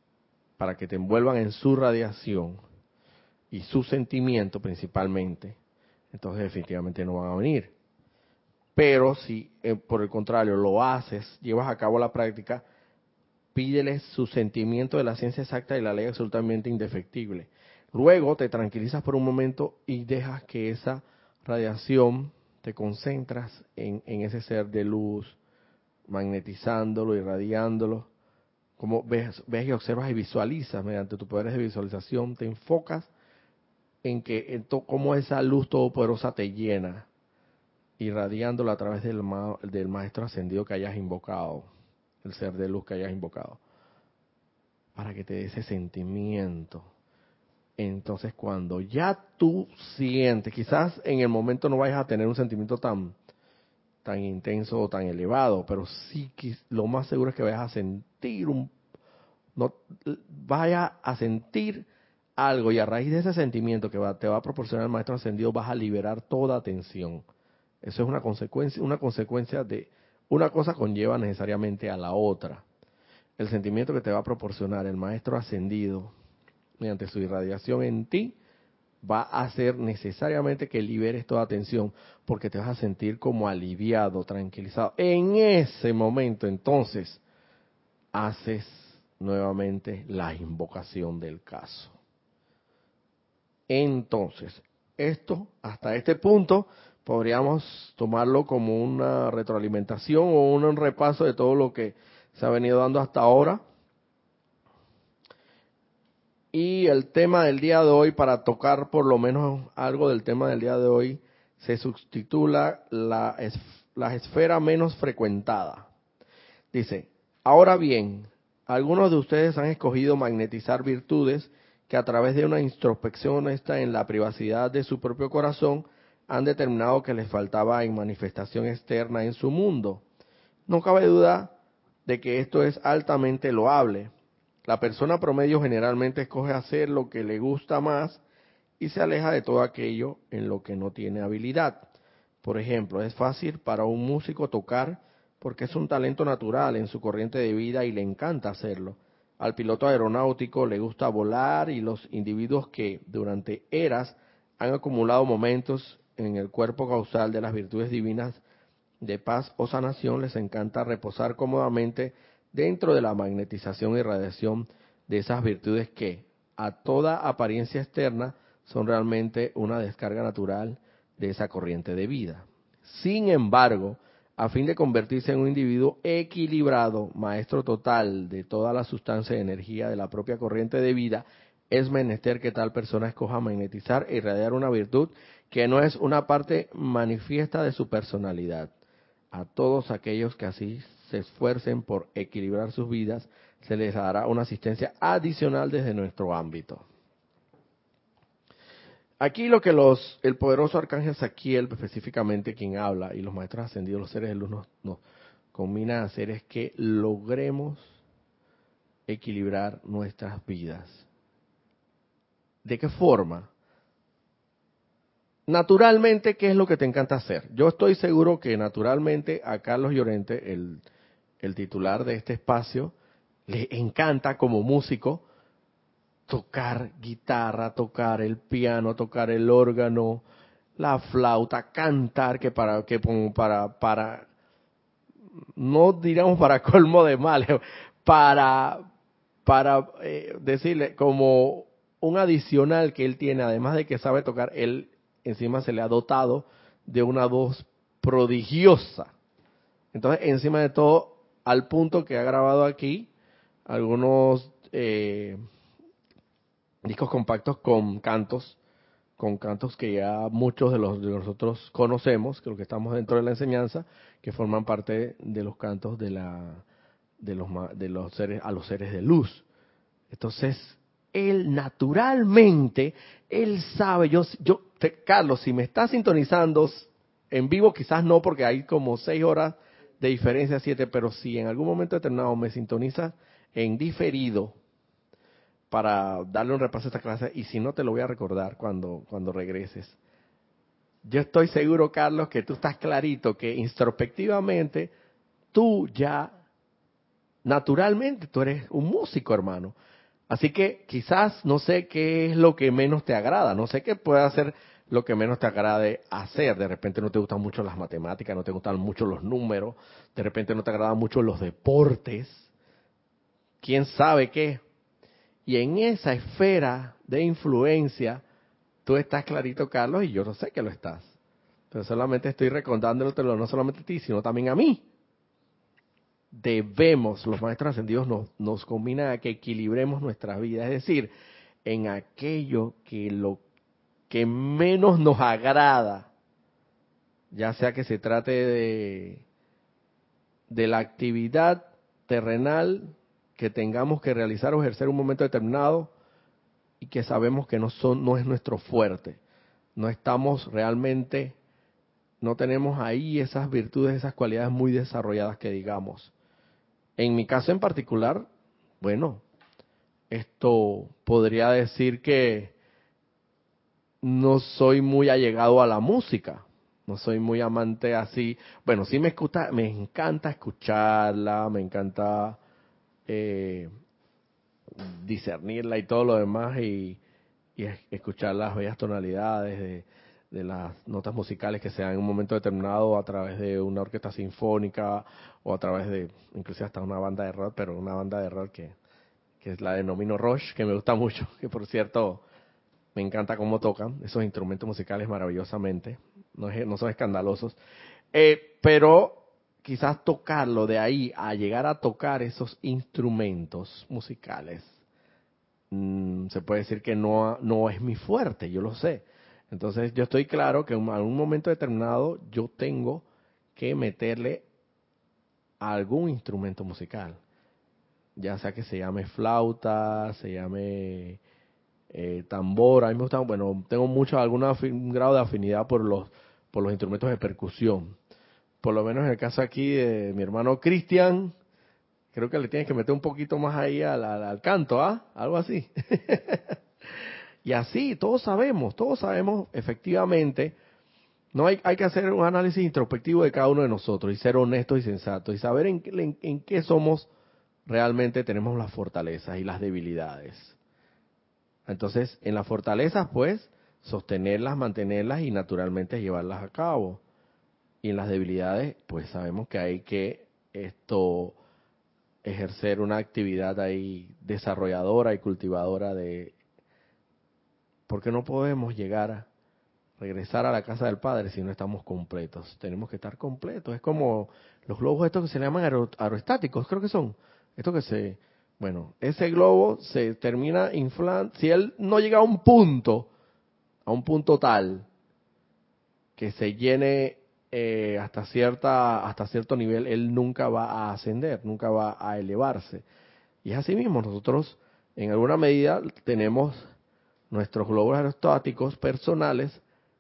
para que te envuelvan en su radiación y su sentimiento principalmente, entonces definitivamente no van a venir. Pero si por el contrario lo haces, llevas a cabo la práctica, pídeles su sentimiento de la ciencia exacta y la ley absolutamente indefectible. Luego te tranquilizas por un momento y dejas que esa radiación, te concentras en ese ser de luz, magnetizándolo, irradiándolo. Como ves y observas y visualizas mediante tus poderes de visualización, te enfocas en que cómo esa luz todopoderosa te llena, irradiándola a través del maestro ascendido que hayas invocado, el ser de luz que hayas invocado, para que te dé ese sentimiento. Entonces, cuando ya tú sientes, quizás en el momento no vayas a tener un sentimiento tan intenso o tan elevado, pero sí lo más seguro es que vayas a sentir vayas a sentir algo, y a raíz de ese sentimiento que te va a proporcionar el maestro ascendido, vas a liberar toda tensión. Eso es una consecuencia de una cosa conlleva necesariamente a la otra. El sentimiento que te va a proporcionar el maestro ascendido mediante su irradiación en ti va a hacer necesariamente que liberes toda tensión, porque te vas a sentir como aliviado, tranquilizado. En ese momento, entonces, haces nuevamente la invocación del caso. Entonces, esto, hasta este punto, podríamos tomarlo como una retroalimentación o un repaso de todo lo que se ha venido dando hasta ahora. Y el tema del día de hoy, para tocar por lo menos algo del tema del día de hoy, se subtitula la esfera menos frecuentada. Dice, ahora bien, algunos de ustedes han escogido magnetizar virtudes que a través de una introspección honesta en la privacidad de su propio corazón han determinado que les faltaba en manifestación externa en su mundo. No cabe duda de que esto es altamente loable. La persona promedio generalmente escoge hacer lo que le gusta más y se aleja de todo aquello en lo que no tiene habilidad. Por ejemplo, es fácil para un músico tocar porque es un talento natural en su corriente de vida y le encanta hacerlo. Al piloto aeronáutico le gusta volar, y los individuos que durante eras han acumulado momentos en el cuerpo causal de las virtudes divinas de paz o sanación les encanta reposar cómodamente dentro de la magnetización y radiación de esas virtudes que, a toda apariencia externa, son realmente una descarga natural de esa corriente de vida. Sin embargo, a fin de convertirse en un individuo equilibrado, maestro total de toda la sustancia y energía de la propia corriente de vida, es menester que tal persona escoja magnetizar e irradiar una virtud que no es una parte manifiesta de su personalidad. A todos aquellos que así se esfuercen por equilibrar sus vidas, se les dará una asistencia adicional desde nuestro ámbito. Aquí lo que el poderoso arcángel Saquiel, específicamente quien habla, y los maestros ascendidos, los seres de luz, nos combinan a hacer es que logremos equilibrar nuestras vidas. ¿De qué forma? Naturalmente, ¿qué es lo que te encanta hacer? Yo estoy seguro que naturalmente a Carlos Llorente, el titular de este espacio, le encanta como músico tocar guitarra, tocar el piano, tocar el órgano, la flauta, cantar, para no diríamos para colmo de males, para decirle como un adicional que él tiene, además de que sabe tocar, él encima se le ha dotado de una voz prodigiosa. Entonces, encima de todo, al punto que ha grabado aquí algunos discos compactos con cantos que ya muchos de nosotros conocemos, que los que estamos dentro de la enseñanza, que forman parte de los cantos de los seres, a los seres de luz. Entonces, él naturalmente, él sabe, Carlos, si me estás sintonizando en vivo, quizás no, porque hay como 6 horas de diferencia, 7, pero si en algún momento determinado me sintonizas en diferido, para darle un repaso a esta clase, y si no te lo voy a recordar cuando regreses. Yo estoy seguro, Carlos, que tú estás clarito, que introspectivamente tú ya, naturalmente, tú eres un músico, hermano. Así que quizás no sé qué es lo que menos te agrada, no sé qué puede hacer lo que menos te agrade hacer. De repente no te gustan mucho las matemáticas, no te gustan mucho los números, de repente no te agradan mucho los deportes, quién sabe qué. Y en esa esfera de influencia, tú estás clarito, Carlos, y yo no sé que lo estás. Pero solamente estoy recordándolo no solamente a ti, sino también a mí. Debemos, los maestros ascendidos nos combinan a que equilibremos nuestra vida, es decir, en aquello que lo que menos nos agrada, ya sea que se trate de la actividad terrenal que tengamos que realizar o ejercer en un momento determinado y que sabemos que no es nuestro fuerte, no estamos realmente, no tenemos ahí esas virtudes, esas cualidades muy desarrolladas que digamos. En mi caso en particular, bueno, esto podría decir que no soy muy allegado a la música, no soy muy amante así. Bueno, sí me encanta escucharla, me encanta eh, discernirla y todo lo demás y escuchar las bellas tonalidades de las notas musicales que se dan en un momento determinado a través de una orquesta sinfónica o a través de, inclusive hasta una banda de rock, pero una banda de rock que es la denomino Rush, que me gusta mucho, que por cierto me encanta cómo tocan esos instrumentos musicales maravillosamente, no son escandalosos, pero quizás tocarlo de ahí a llegar a tocar esos instrumentos musicales, se puede decir que no es mi fuerte, yo lo sé. Entonces yo estoy claro que en algún momento determinado yo tengo que meterle a algún instrumento musical, ya sea que se llame flauta, se llame tambor. A mí me gusta, bueno, tengo un grado de afinidad por los instrumentos de percusión. Por lo menos en el caso aquí de mi hermano Cristian, creo que le tienes que meter un poquito más ahí al canto, ¿ah? Algo así. Y así, todos sabemos efectivamente, no hay que hacer un análisis introspectivo de cada uno de nosotros y ser honestos y sensatos y saber en qué somos realmente, tenemos las fortalezas y las debilidades. Entonces, en las fortalezas, pues, sostenerlas, mantenerlas y naturalmente llevarlas a cabo. Y en las debilidades, pues sabemos que hay que ejercer una actividad ahí desarrolladora y cultivadora porque no podemos llegar a regresar a la casa del Padre si no estamos completos. Tenemos que estar completos. Es como los globos estos que se llaman aerostáticos, creo que son. Esto que bueno, ese globo se termina inflando. Si él no llega a un punto tal que se llene hasta cierto nivel, él nunca va a ascender, nunca va a elevarse. Y es así mismo, nosotros en alguna medida tenemos nuestros globos aerostáticos personales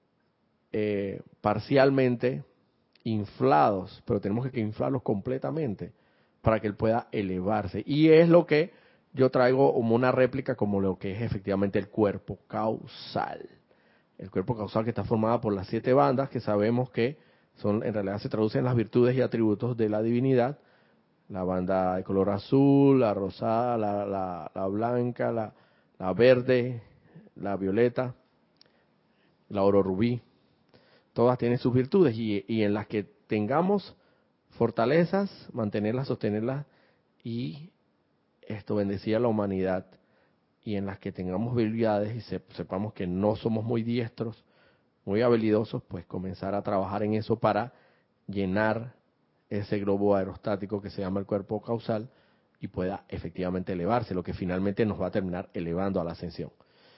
parcialmente inflados, pero tenemos que inflarlos completamente para que él pueda elevarse. Y es lo que yo traigo como una réplica, como lo que es efectivamente el cuerpo causal. El cuerpo causal que está formado por las 7 bandas que sabemos que son, en realidad se traducen las virtudes y atributos de la divinidad. La banda de color azul, la rosada, la blanca, la verde, la violeta, la oro rubí. Todas tienen sus virtudes y en las que tengamos fortalezas, mantenerlas, sostenerlas y esto bendecir a la humanidad. Y en las que tengamos habilidades y sepamos que no somos muy diestros, muy habilidosos, pues comenzar a trabajar en eso para llenar ese globo aerostático que se llama el cuerpo causal y pueda efectivamente elevarse, lo que finalmente nos va a terminar elevando a la ascensión.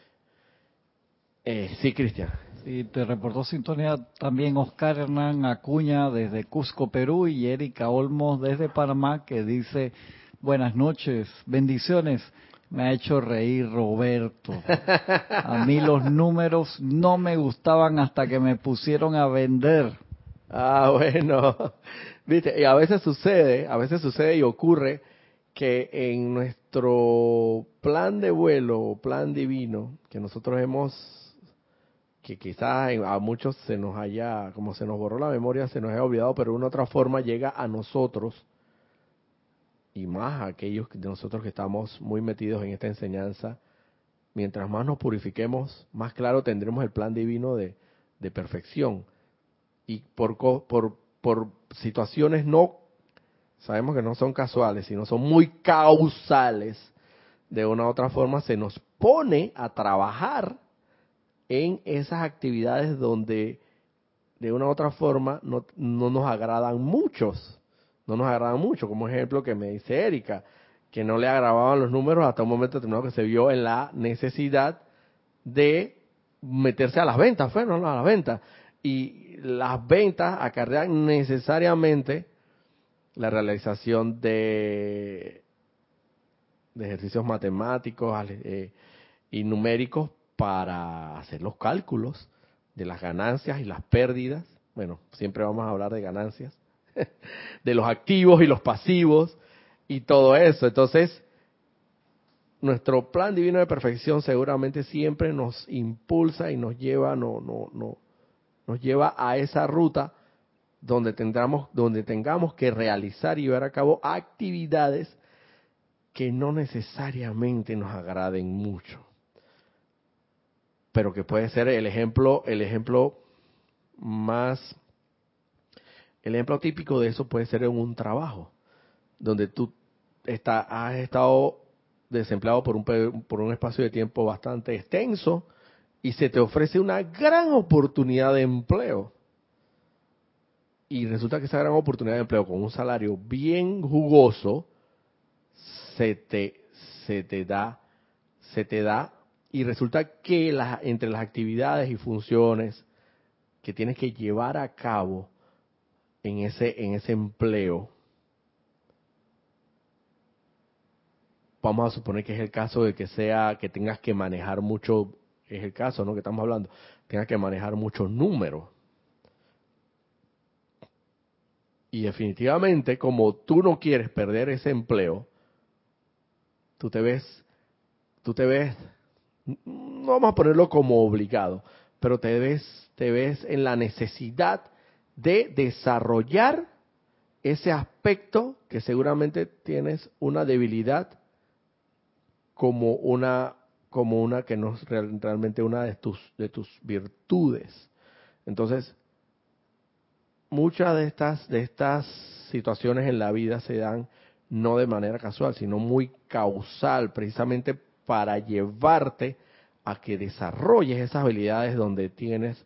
Sí, Cristian. Sí, te reportó sintonía también Oscar Hernán Acuña desde Cusco, Perú, y Erika Olmos desde Panamá, que dice: buenas noches, bendiciones. Me ha hecho reír Roberto. A mí los números no me gustaban hasta que me pusieron a vender. Ah, bueno, viste, y a veces sucede y ocurre que en nuestro plan de vuelo, plan divino, que nosotros que quizás a muchos se nos haya, como se nos borró la memoria, se nos haya olvidado, pero de una otra forma llega a nosotros y más aquellos de nosotros que estamos muy metidos en esta enseñanza, mientras más nos purifiquemos, más claro tendremos el plan divino de perfección. Y por situaciones no, sabemos que no son casuales, sino son muy causales, de una u otra forma se nos pone a trabajar en esas actividades donde de una u otra forma no nos agradan muchos, no nos agradan mucho, como ejemplo que me dice Erika, que no le agradaban los números hasta un momento determinado que se vio en la necesidad de meterse a las ventas, bueno, a las ventas, y las ventas acarrean necesariamente la realización de ejercicios matemáticos y numéricos para hacer los cálculos de las ganancias y las pérdidas. Bueno, siempre vamos a hablar de ganancias, de los activos y los pasivos y todo eso. Entonces, nuestro plan divino de perfección seguramente siempre nos impulsa y nos lleva, nos lleva a esa ruta donde tengamos que realizar y llevar a cabo actividades que no necesariamente nos agraden mucho, pero que puede ser el ejemplo típico de eso puede ser en un trabajo, donde tú has estado desempleado por un espacio de tiempo bastante extenso y se te ofrece una gran oportunidad de empleo. Y resulta que esa gran oportunidad de empleo con un salario bien jugoso se te da y resulta que entre las actividades y funciones que tienes que llevar a cabo en ese empleo, vamos a suponer que es el caso de que tengas que manejar mucho, es el caso, ¿no? Que estamos hablando, tengas que manejar muchos números. Y definitivamente, como tú no quieres perder ese empleo, tú te ves, no vamos a ponerlo como obligado, pero te ves en la necesidad de desarrollar ese aspecto que seguramente tienes una debilidad como una que no es realmente una de tus virtudes. Entonces, muchas de estas situaciones en la vida se dan no de manera casual, sino muy causal, precisamente para llevarte a que desarrolles esas habilidades donde tienes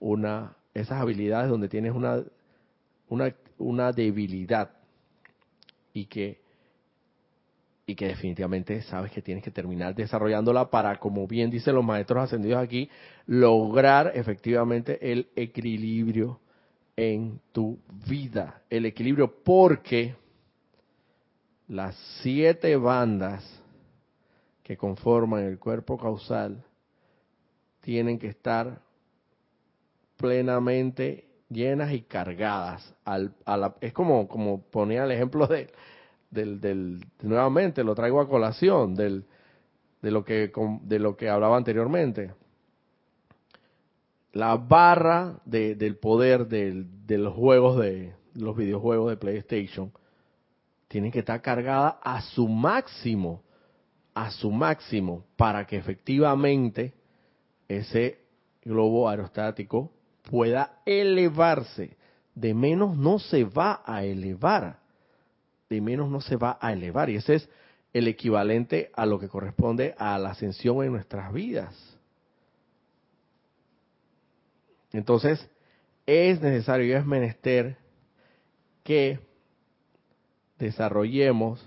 una debilidad y que definitivamente sabes que tienes que terminar desarrollándola para, como bien dicen los maestros ascendidos aquí, lograr efectivamente el equilibrio en tu vida. El equilibrio, porque las 7 bandas que conforman el cuerpo causal tienen que estar plenamente llenas y cargadas. Es como ponía el ejemplo nuevamente lo traigo a colación, de lo que hablaba anteriormente. La barra del poder de los videojuegos de PlayStation tiene que estar cargada a su máximo, para que efectivamente ese globo aerostático pueda elevarse. De menos no se va a elevar, y ese es el equivalente a lo que corresponde a la ascensión en nuestras vidas. Entonces, es necesario y es menester que desarrollemos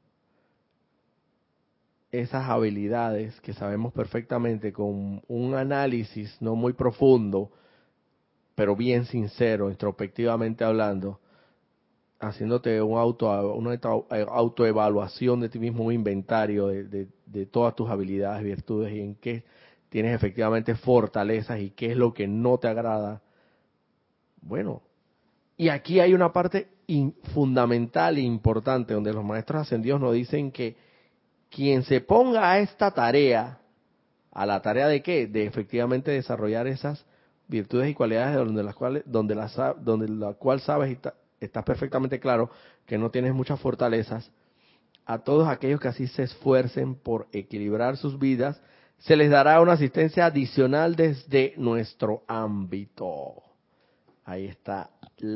esas habilidades que sabemos perfectamente con un análisis no muy profundo, pero bien sincero, introspectivamente hablando, haciéndote una autoevaluación de ti mismo, un inventario de todas tus habilidades, virtudes y en qué tienes efectivamente fortalezas y qué es lo que no te agrada. Bueno, y aquí hay una parte fundamental e importante donde los maestros ascendidos nos dicen que quien se ponga a esta tarea, ¿a la tarea de qué? De efectivamente desarrollar esas virtudes y cualidades donde la cual sabes y estás perfectamente claro que no tienes muchas fortalezas, a todos aquellos que así se esfuercen por equilibrar sus vidas, se les dará una asistencia adicional desde nuestro ámbito. Ahí está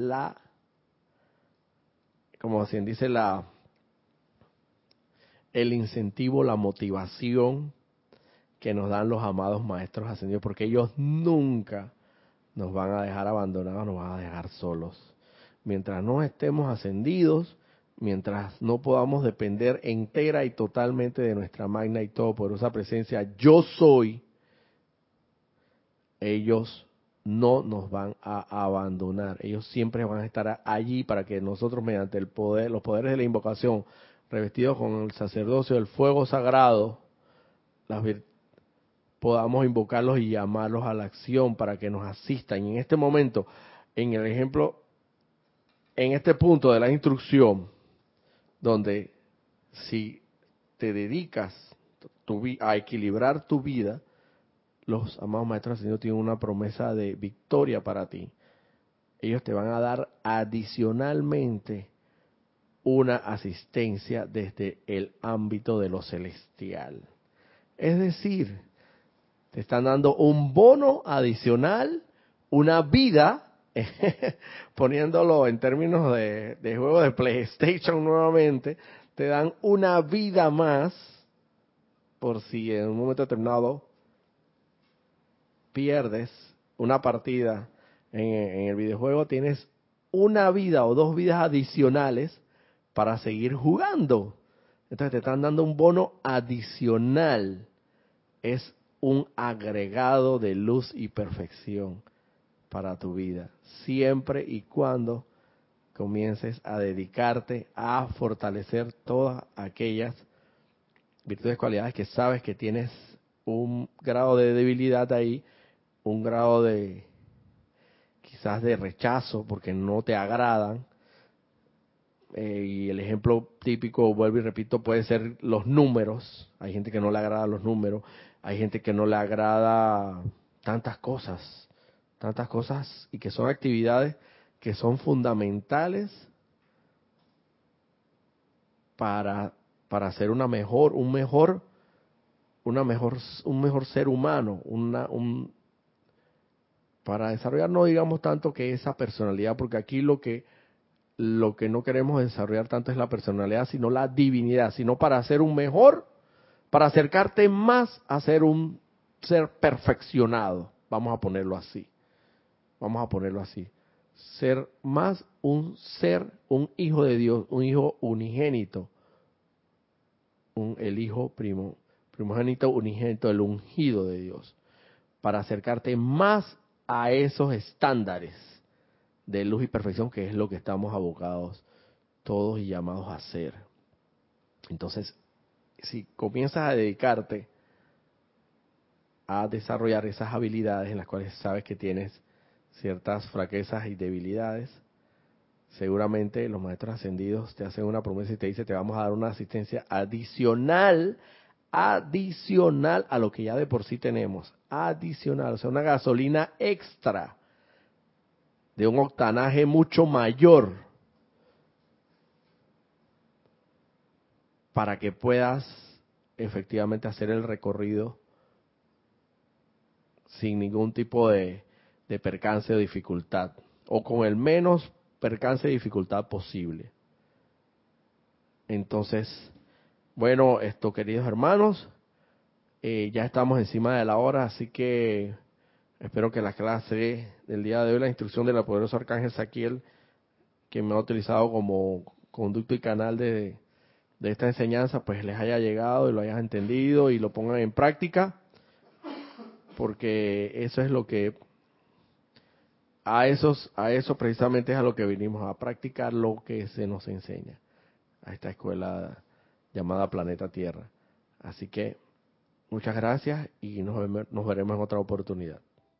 como quien dice, el incentivo, la motivación que nos dan los amados maestros ascendidos, porque ellos nunca nos van a dejar abandonados, nos van a dejar solos. Mientras no estemos ascendidos, mientras no podamos depender entera y totalmente de nuestra magna y todopoderosa presencia, yo soy, ellos no nos van a abandonar. Ellos siempre van a estar allí para que nosotros, mediante el poder, los poderes de la invocación, revestidos con el sacerdocio del fuego sagrado, podamos invocarlos y llamarlos a la acción para que nos asistan. Y en este momento, en el ejemplo, en este punto de la instrucción, donde si te dedicas a equilibrar tu vida, los amados maestros ascendidos tienen una promesa de victoria para ti. Ellos te van a dar adicionalmente una asistencia desde el ámbito de lo celestial. Es decir, te están dando un bono adicional, una vida, poniéndolo en términos de juego de PlayStation nuevamente, te dan una vida más por si en un momento determinado pierdes una partida en el videojuego, tienes una vida o dos vidas adicionales para seguir jugando. Entonces te están dando un bono adicional. Es un agregado de luz y perfección para tu vida, siempre y cuando comiences a dedicarte a fortalecer todas aquellas virtudes, cualidades que sabes que tienes un grado de debilidad ahí, un grado de quizás de rechazo porque no te agradan. Y el ejemplo típico, vuelvo y repito, puede ser los números. Hay gente que no le agrada los números, hay gente que no le agrada tantas cosas y que son actividades que son fundamentales para ser un mejor ser humano, para desarrollar, no digamos tanto que esa personalidad, porque aquí lo que no queremos desarrollar tanto es la personalidad, sino la divinidad, sino para ser un mejor, para acercarte más a ser un ser perfeccionado, vamos a ponerlo así, ser más un ser, un hijo de Dios, un hijo unigénito, el hijo primogénito unigénito, el ungido de Dios, para acercarte más a esos estándares de luz y perfección, que es lo que estamos abocados todos y llamados a hacer. Entonces, si comienzas a dedicarte a desarrollar esas habilidades en las cuales sabes que tienes ciertas fraquezas y debilidades, seguramente los maestros ascendidos te hacen una promesa y te dicen: te vamos a dar una asistencia adicional a lo que ya de por sí tenemos, adicional, o sea, una gasolina extra de un octanaje mucho mayor, para que puedas efectivamente hacer el recorrido sin ningún tipo de percance o dificultad, o con el menos percance y dificultad posible. Entonces, bueno, queridos hermanos, ya estamos encima de la hora, así que espero que la clase del día de hoy, la instrucción del poderoso Arcángel Zaquiel, que me ha utilizado como conducto y canal de esta enseñanza, pues les haya llegado y lo hayas entendido y lo pongan en práctica, porque eso es lo que, a eso precisamente es a lo que vinimos, a practicar lo que se nos enseña a esta escuela llamada Planeta Tierra. Así que muchas gracias y nos veremos en otra oportunidad.